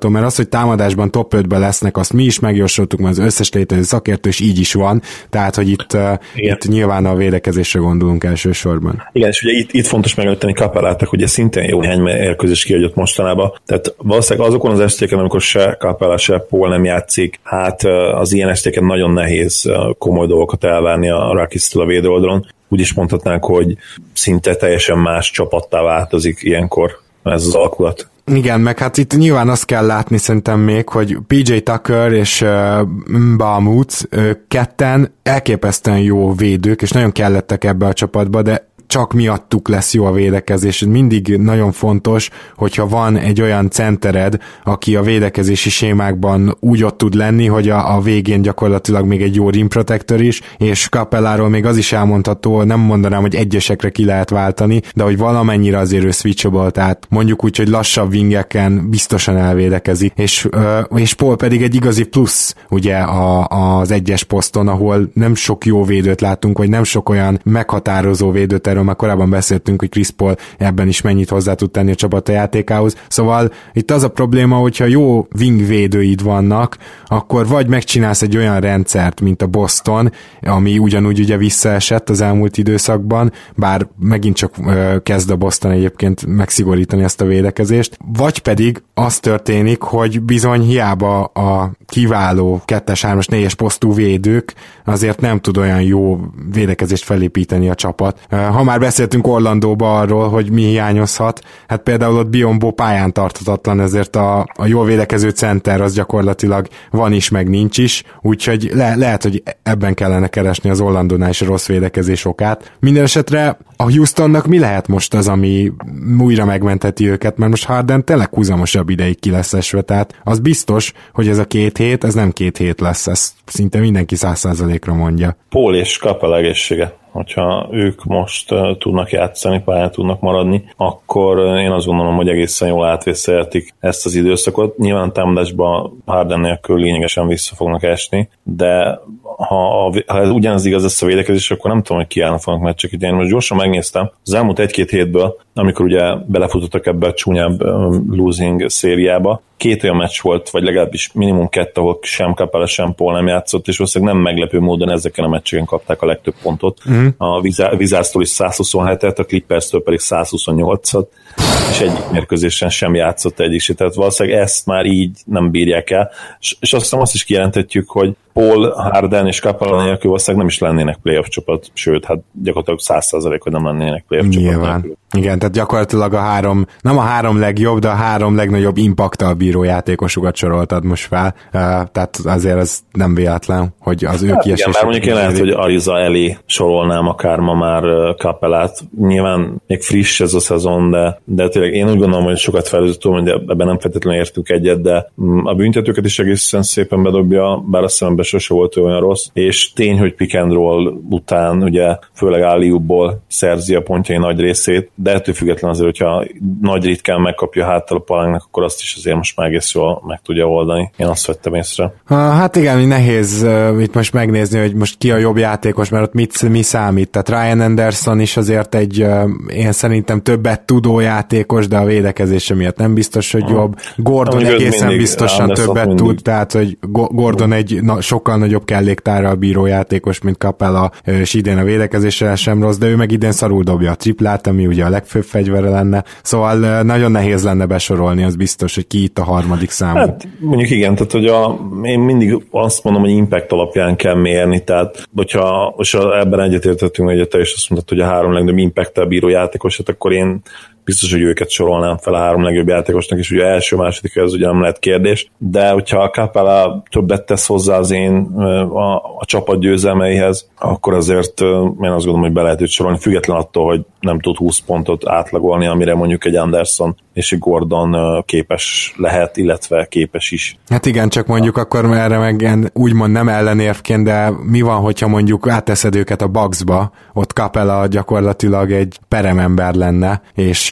elfogadható, mert az, hogy támadásban top ötben lesznek, azt mi is megjósoltuk, mert az összes létező szakértő is így is van, tehát, hogy itt, itt nyilván a védekezésre gondolunk elsősorban. Igen, és ugye itt, itt fontos megemlíteni Capellátak, ugye szintén jó néhány érkezés kiadott mostanában, tehát valószínűleg azokon az estéken, amikor se Capella, se Paul nem játszik, hát az ilyen estéken nagyon nehéz komoly dolgokat elvárni a Rockies-től a védőoldalon. Úgy is mondhatnánk, hogy szinte teljesen más csapattá változik ilyenkor ez az alakulat. Igen, meg hát itt nyilván azt kell látni szerintem még, hogy pé jé Tucker és uh, Mbamut uh, ketten elképesztően jó védők, és nagyon kellettek ebbe a csapatba, de csak miattuk lesz jó a védekezés. Mindig nagyon fontos, hogyha van egy olyan centered, aki a védekezési sémákban úgy ott tud lenni, hogy a, a végén gyakorlatilag még egy jó rim protector is, és Capelláról még az is elmondható, nem mondanám, hogy egyesekre ki lehet váltani, de hogy valamennyire azért ő switchable, tehát mondjuk úgy, hogy lassabb wingeken biztosan elvédekezik, és, és Paul pedig egy igazi plusz ugye a, az egyes poszton, ahol nem sok jó védőt látunk, vagy nem sok olyan meghatározó védőt, erről már korábban beszéltünk, hogy Chris Paul ebben is mennyit hozzá tud tenni a csapat a játékához. Szóval itt az a probléma, hogyha jó wing védőid vannak, akkor vagy megcsinálsz egy olyan rendszert, mint a Boston, ami ugyanúgy ugye visszaesett az elmúlt időszakban, bár megint csak ö, kezd a Boston egyébként megszigorítani ezt a védekezést, vagy pedig az történik, hogy bizony hiába a kiváló kettes, hármas, négyes posztú védők azért nem tud olyan jó védekezést felépíteni a csapat. Ha már beszéltünk Orlandóba arról, hogy mi hiányozhat, hát például ott Biyombo pályán tarthatatlan, ezért a, a jól védekező center az gyakorlatilag van is, meg nincs is, úgyhogy le, lehet, hogy ebben kellene keresni az Orlandónál is a rossz védekezés okát. Minden esetre a Houstonnak mi lehet most az, ami újra megmentheti őket, mert most Harden tényleg húzamosabb ideig ki lesz esve, tehát az biztos, hogy ez a két hét, ez nem két hét lesz, ez szinte mindenki száz százalékra mondja. Paul és Capella egészsége. Hogyha ők most uh, tudnak játszani, pályán tudnak maradni, akkor uh, én azt gondolom, hogy egészen jól átvészelhetik ezt az időszakot. Nyilván támadásban Harden nélkül lényegesen vissza fognak esni, de ha, a, ha ez ugyanaz igaz lesz a védekezés, akkor nem tudom, hogy kiállna fognak meccseket. Én most gyorsan megnéztem, az elmúlt egy-két hétből, amikor ugye belefutottak ebbe a csúnyább um, losing szériába, két olyan meccs volt, vagy legalábbis minimum kettő, ahol sem Capella, sem Paul nem játszott, és valószínűleg nem meglepő módon ezeken a meccseken kapták a legtöbb pontot. Mm. A Wizardstól is száz huszonhetet, a Clipperstől pedig száz huszonnyolcat, és egyik mérkőzésen sem játszott egyik se, tehát valószínűleg ezt már így nem bírják el. És, és aztán azt is kijelentetjük, hogy Paul, Harden és Capella nélkül valószínűleg nem is lennének playoff csapat, sőt, hát gyakorlatilag száz százalék, hogy nem lennének playoff csapat nélkül. Igen, tehát gyakorlatilag a három, nem a három legjobb, de a három legnagyobb impacttal bíró játékosukat soroltad most fel, uh, tehát azért ez nem véletlen, hogy az ő hát kiesésük. Igen, már mondjuk én lehet, hogy Ariza elé sorolnám akár ma már Capellát. Nyilván még friss ez a szezon, de, de tényleg én úgy gondolom, hogy sokat fejlődött, hogy ebben nem feltétlenül értünk egyet, de a büntetőket is egészen szépen bedobja, bár a szememben sose volt olyan rossz, és tény, hogy pick and roll után ugye főleg alley-oopból szerzi a pontjai nagy részét, de ettől független azért, hogyha nagy ritkán megkapja háttal a palánknak, akkor azt is azért most már egész jól meg tudja oldani. Én azt vettem észre. Hát igen, nehéz uh, itt most megnézni, hogy most ki a jobb játékos, mert ott mit, mi számít. Tehát Ryan Anderson is azért egy, uh, én szerintem többet tudó játékos, de a védekezése miatt nem biztos, hogy jobb. Gordon Amíg egészen biztosan Anderson többet mindig. tud, tehát hogy Gordon egy na, sokkal nagyobb kelléktárral bíró játékos, mint Capella, és idén a védekezésre sem rossz, de ő meg idén szarul dobja a triplát, ami ugye a legfőbb fegyvere lenne. Szóval nagyon nehéz lenne besorolni, az biztos, hogy ki itt a harmadik számú. Hát mondjuk igen, tehát hogy a, én mindig azt mondom, hogy impact alapján kell mérni, tehát hogyha és ebben egyetértettünk, hogy te is azt mondtad, hogy a három legnagyobb impact-tel bíró játékosat, akkor én biztos, hogy őket sorolnám fel a három legjobb játékosnak, és ugye első, második, ez ugye nem lehet kérdés, de hogyha a Capella többet tesz hozzá az én a, a csapat győzelmeihez, akkor azért én azt gondolom, hogy be lehet őt sorolni, független attól, hogy nem tud húsz pontot átlagolni, amire mondjuk egy Anderson és egy Gordon képes lehet, illetve képes is. Hát igen, csak mondjuk akkor erre meg úgymond nem ellenérvként, de mi van, hogyha mondjuk átteszed őket a Bucksba, ott Capella gyakorlatilag egy peremember lenne, és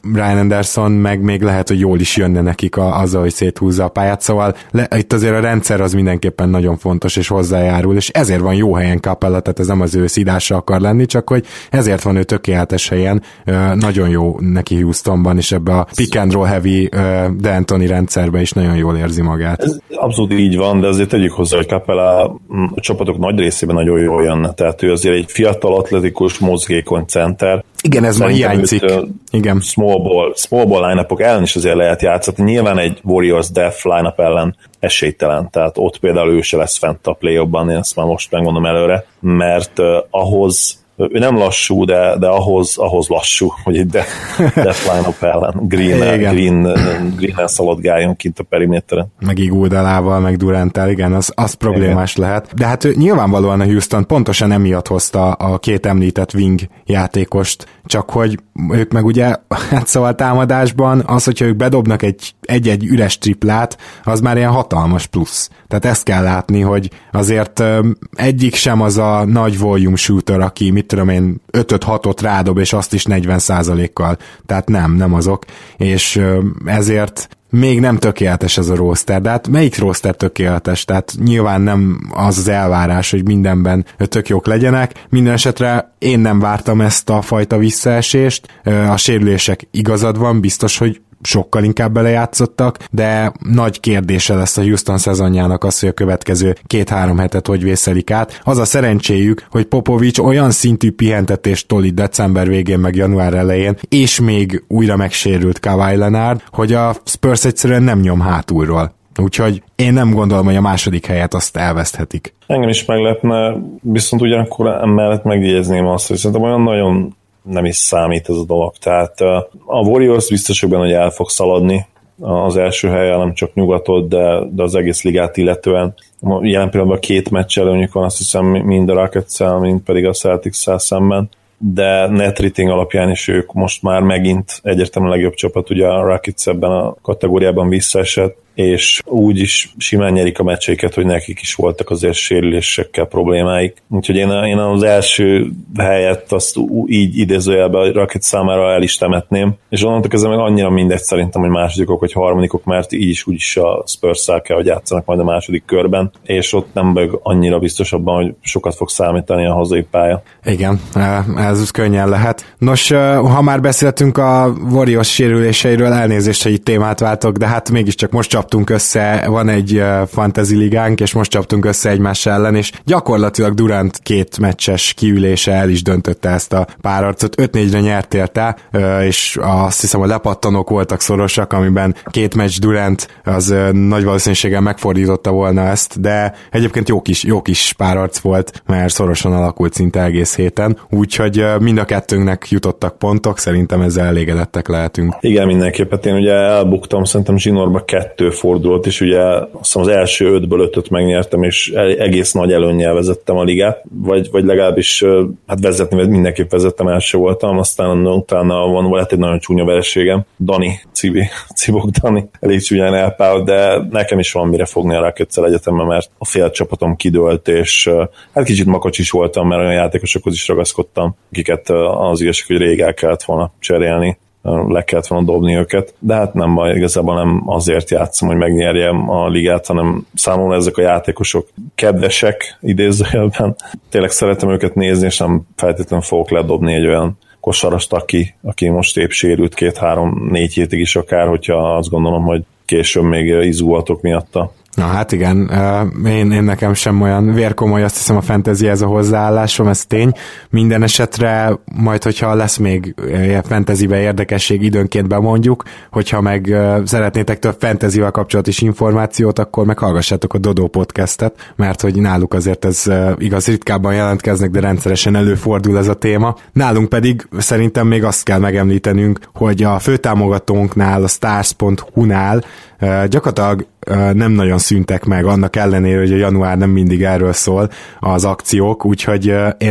Ryan Anderson meg még lehet, hogy jól is jönne nekik a, azzal, hogy széthúzza a pályát, szóval le, itt azért a rendszer az mindenképpen nagyon fontos, és hozzájárul, és ezért van jó helyen Capella, tehát ez nem az ő szídása akar lenni, csak hogy ezért van ő tökéletes helyen, nagyon jó neki Houstonban, és ebbe a pick and roll heavy D'Antoni rendszerbe is nagyon jól érzi magát. Ez abszolút így van, de azért tegyük hozzá, hogy Capella a csapatok nagy részében nagyon jól jönne, tehát ő azért egy fiatal, atletikus, mozgékony center. Igen, ez ma hiányzik. Igen. Small ball, small ball line-upok ellen is azért lehet játszani. Nyilván egy Warriors Death line-up ellen esélytelen, tehát ott például ő se lesz fent a play-offban, én ezt már most megmondom előre, mert uh, ahhoz ő nem lassú, de, de ahhoz, ahhoz lassú, hogy egy death, death line-up ellen Green, Green, Green-en szaladgáljon kint a periméteren. Meg Iguodalával, meg Duranttel, igen, az, az problémás igen. lehet. De hát nyilvánvalóan a Houston pontosan emiatt hozta a két említett wing játékost, csak hogy ők meg ugye, hát szóval támadásban az, hogyha ők bedobnak egy, egy-egy üres triplát, az már ilyen hatalmas plusz. Tehát ezt kell látni, hogy azért egyik sem az a nagy volume shooter, aki mit tudom én ötöt-hatot rádob, és azt is negyven százalékkal. Tehát nem, nem azok. És ezért még nem tökéletes ez a roster, de hát melyik roster tökéletes? Tehát nyilván nem az az elvárás, hogy mindenben tök jók legyenek. Minden esetre én nem vártam ezt a fajta visszaesést. A sérülések igazad van, biztos, hogy sokkal inkább belejátszottak, de nagy kérdése lesz a Houston szezonjának az, hogy a következő két-három hetet hogy vészelik át. Az a szerencséjük, hogy Popovics olyan szintű pihentetést tolít december végén meg január elején, és még újra megsérült Kawhi Leonard, hogy a Spurs egyszerűen nem nyom hátulról. Úgyhogy én nem gondolom, hogy a második helyet azt elveszthetik. Engem is meglepne, viszont ugyanakkor emellett megjegyezném azt, hogy szerintem olyan nagyon nem is számít ez a dolog. Tehát a Warriors biztos, hogy el fog szaladni az első helyen, nem csak nyugatot, de, de az egész ligát illetően. Jelen pillanatban a két meccs előnyük van, azt hiszem mind a Rockets-szel, mind pedig a Celtics-szel szemben, de net rating alapján is ők most már megint egyértelműen a legjobb csapat, ugye a Rockets ebben a kategóriában visszaesett, és úgy is simán nyerik a meccseiket, hogy nekik is voltak azért sérülésekkel problémáik. Úgyhogy én, én az első helyet azt így idézőjelben a Rockets számára el is temetném, és onnantól kezdve meg annyira mindegy szerintem, hogy másodikok vagy harmadikok, mert így is úgyis a Spurs-szel kell, hogy játszanak majd a második körben, és ott nem vagyok annyira biztos abban, hogy sokat fog számítani a hazai pálya. Igen, ez könnyen lehet. Nos, ha már beszéltünk a Warriors sérüléseiről, elnézést, hogy itt témát váltok, de hát mégiscsak most csaptunk össze, van egy fantasy ligánk, és most csaptunk össze egymás ellen, és gyakorlatilag Durant két meccses kiülése el is döntötte ezt a párharcot. öt négyre nyert érte, és azt hiszem a lepattanók voltak szorosak, amiben két meccs Durant az nagy valószínűséggel megfordította volna ezt, de egyébként jó kis, jó kis párharc volt, mert szorosan alakult szinte egész héten, úgyhogy mind a kettőnknek jutottak pontok, szerintem ezzel elégedettek lehetünk. Igen, mindenképpen én ugye elbuktam szerintem zsinórba kettő fordulót, és ugye azt hiszem az első ötből ötöt megnyertem, és egész nagy előnnyel vezettem a ligát, vagy, vagy legalábbis hát vezetni, mindenképp vezettem, első voltam, aztán utána van volt egy nagyon csúnya vereségem, Dani, Cibi, Cibok Dani, elég csúnyán elpált, de nekem is van mire fogni a Rockets-szel egyetemben, mert a fél csapatom kidőlt, és hát kicsit makacs is voltam, mert olyan játékosokhoz is ragaszkodtam, akiket az igazság, hogy rég el kellett volna cserélni, le kellett volna dobni őket, de hát nem baj, igazából nem azért játszom, hogy megnyerjem a ligát, hanem számomra ezek a játékosok kedvesek idézőjelben. Tényleg szeretem őket nézni, és nem feltétlenül fogok ledobni egy olyan kosarast, aki, aki most épp sérült két-három-négy hétig is akár, hogyha azt gondolom, hogy később még izgulhatok miatta. Na hát igen, én, én nekem sem olyan vérkomoly, azt hiszem a fantasy ez a hozzáállásom, ez tény. Minden esetre majd, hogyha lesz még fantasybe érdekesség, időnként bemondjuk, hogyha meg szeretnétek több fantasyvel kapcsolatos információt, akkor meghallgassátok a Dodó podcastet, mert hogy náluk azért ez igaz, ritkábban jelentkeznek, de rendszeresen előfordul ez a téma. Nálunk pedig szerintem még azt kell megemlítenünk, hogy a főtámogatónknál, a stars pont hu-nál gyakorlatilag nem nagyon szűntek meg, annak ellenére, hogy a január nem mindig erről szól az akciók, úgyhogy én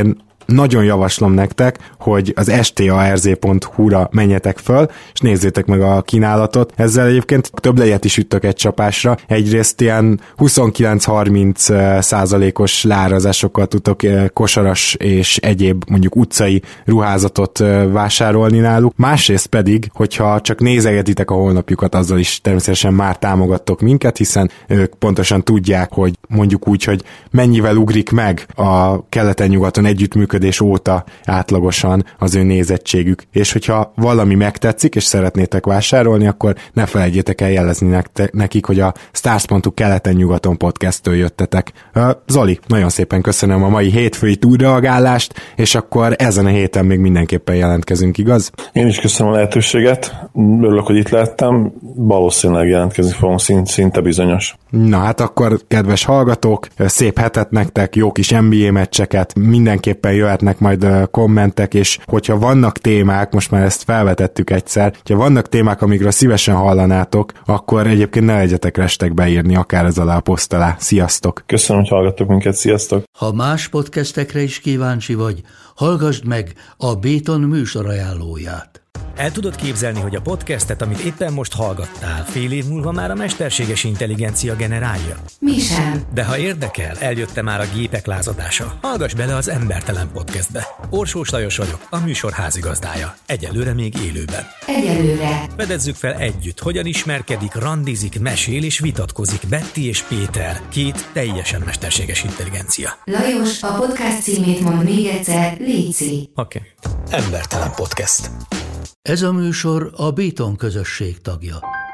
nagyon javaslom nektek, hogy az starz pont hu-ra menjetek föl, és nézzétek meg a kínálatot. Ezzel egyébként több lejet is üttök egy csapásra. Egyrészt ilyen huszonkilenc-harminc százalékos leárazásokkal tudtok kosaras és egyéb mondjuk utcai ruházatot vásárolni náluk. Másrészt pedig, hogyha csak nézegetitek a honlapjukat, azzal is természetesen már támogattok minket, hiszen ők pontosan tudják, hogy mondjuk úgy, hogy mennyivel ugrik meg a keleten-nyugaton együttműködés óta átlagosan az ő nézettségük. És hogyha valami megtetszik, és szeretnétek vásárolni, akkor ne felejtjétek el jelezni nekik, hogy a Stars pont hu keleten-nyugaton podcasttől jöttetek. Zoli, nagyon szépen köszönöm a mai hétfői túlreagálást, és akkor ezen a héten még mindenképpen jelentkezünk, igaz? Én is köszönöm a lehetőséget, örülök, hogy itt lettem, valószínűleg jelentkezni fogom, szinte bizonyos. Na hát akkor, kedves hallgatók, szép hetet nektek, jó kis en bé á meccseket, mindenképpen jöhetnek majd kommentek, és hogyha vannak témák, most már ezt felvetettük egyszer, hogyha vannak témák, amikről szívesen hallanátok, akkor egyébként ne legyetek restek beírni akár ez alá a poszt alá. Sziasztok! Köszönöm, hogy hallgattok minket, sziasztok! Ha más podcastekre is kíváncsi vagy, hallgassd meg a Béton műsor ajánlóját. El tudod képzelni, hogy a podcastet, amit éppen most hallgattál, fél év múlva már a mesterséges intelligencia generálja? Mi sem. De ha érdekel, eljött már a gépek lázadása. Hallgass bele az Embertelen Podcastbe. Orsós Lajos vagyok, a műsor házigazdája. Egyelőre még élőben. Egyelőre. Fedezzük fel együtt, hogyan ismerkedik, randizik, mesél és vitatkozik Betty és Péter, két teljesen mesterséges intelligencia. Lajos, a podcast címét mond még egyszer, léci. Oké. Okay. Embertelen Podcast. Ez a műsor a Béton közösség tagja.